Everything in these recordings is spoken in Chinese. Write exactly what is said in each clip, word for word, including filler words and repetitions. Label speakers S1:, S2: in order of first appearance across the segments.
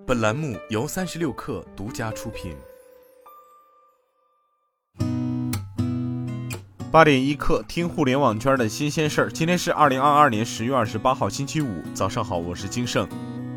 S1: 本栏目由三十六氪独家出品。
S2: 八点一刻，听互联网圈的新鲜事儿。今天是二零二二年十月二十八号，星期五，早上好，我是金盛。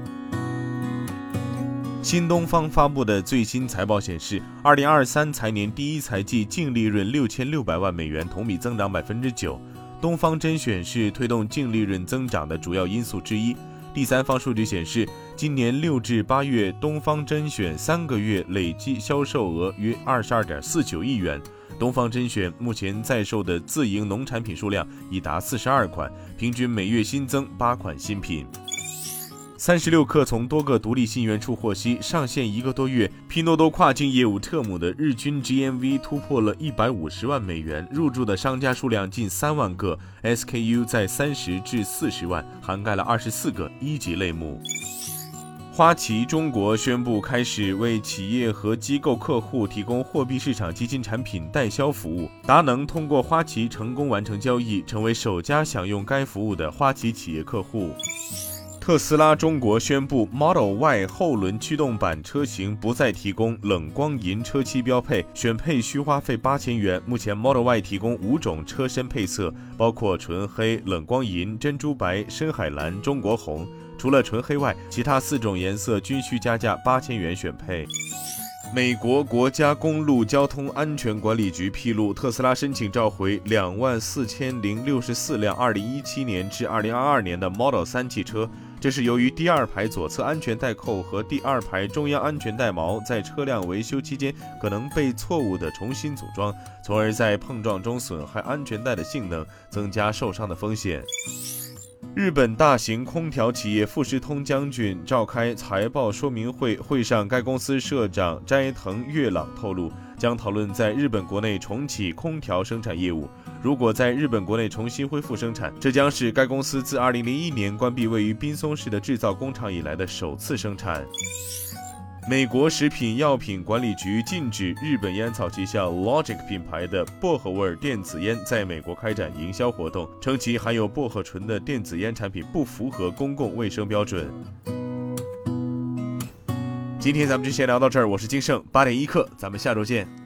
S2: 新东方发布的最新财报显示，二零二三财年第一财季净利润六千六百万美元，同比增长百分之九。东方甄选是推动净利润增长的主要因素之一。第三方数据显示，今年六至八月，东方甄选三个月累计销售额约二十二点四九亿元。东方甄选目前在售的自营农产品数量已达四十二款，平均每月新增八款新品。三十六氪从多个独立信源处获悉，上线一个多月，拼多多跨境业务特姆的日均 G M V 突破了一百五十万美元，入驻的商家数量近三万个 ，S K U 在三十至四十万，涵盖了二十四个一级类目。花旗中国宣布开始为企业和机构客户提供货币市场基金产品代销服务，达能通过花旗成功完成交易，成为首家享用该服务的花旗企业客户。特斯拉中国宣布 Model Y 后轮驱动版车型不再提供冷光银车漆标配，选配需花费八千元。目前 Model Y 提供五种车身配色，包括纯黑、冷光银、珍珠白、深海蓝、中国红。除了纯黑外，其他四种颜色均需加价八千元选配。美国国家公路交通安全管理局披露，特斯拉申请召回两万四千零六十四辆二零一七年至二零二二年的 Model 三汽车，这是由于第二排左侧安全带扣和第二排中央安全带锚在车辆维修期间可能被错误地重新组装，从而在碰撞中损害安全带的性能，增加受伤的风险。日本大型空调企业富士通将军召开财报说明会，会上该公司社长斋藤悦朗透露，将讨论在日本国内重启空调生产业务。如果在日本国内重新恢复生产，这将是该公司自二零零一年关闭位于滨松市的制造工厂以来的首次生产。美国食品药品管理局禁止日本烟草旗下 Logic 品牌的薄荷味电子烟在美国开展营销活动，称其含有薄荷醇的电子烟产品不符合公共卫生标准。今天咱们就先聊到这儿，我是金盛，八点一刻，咱们下周见。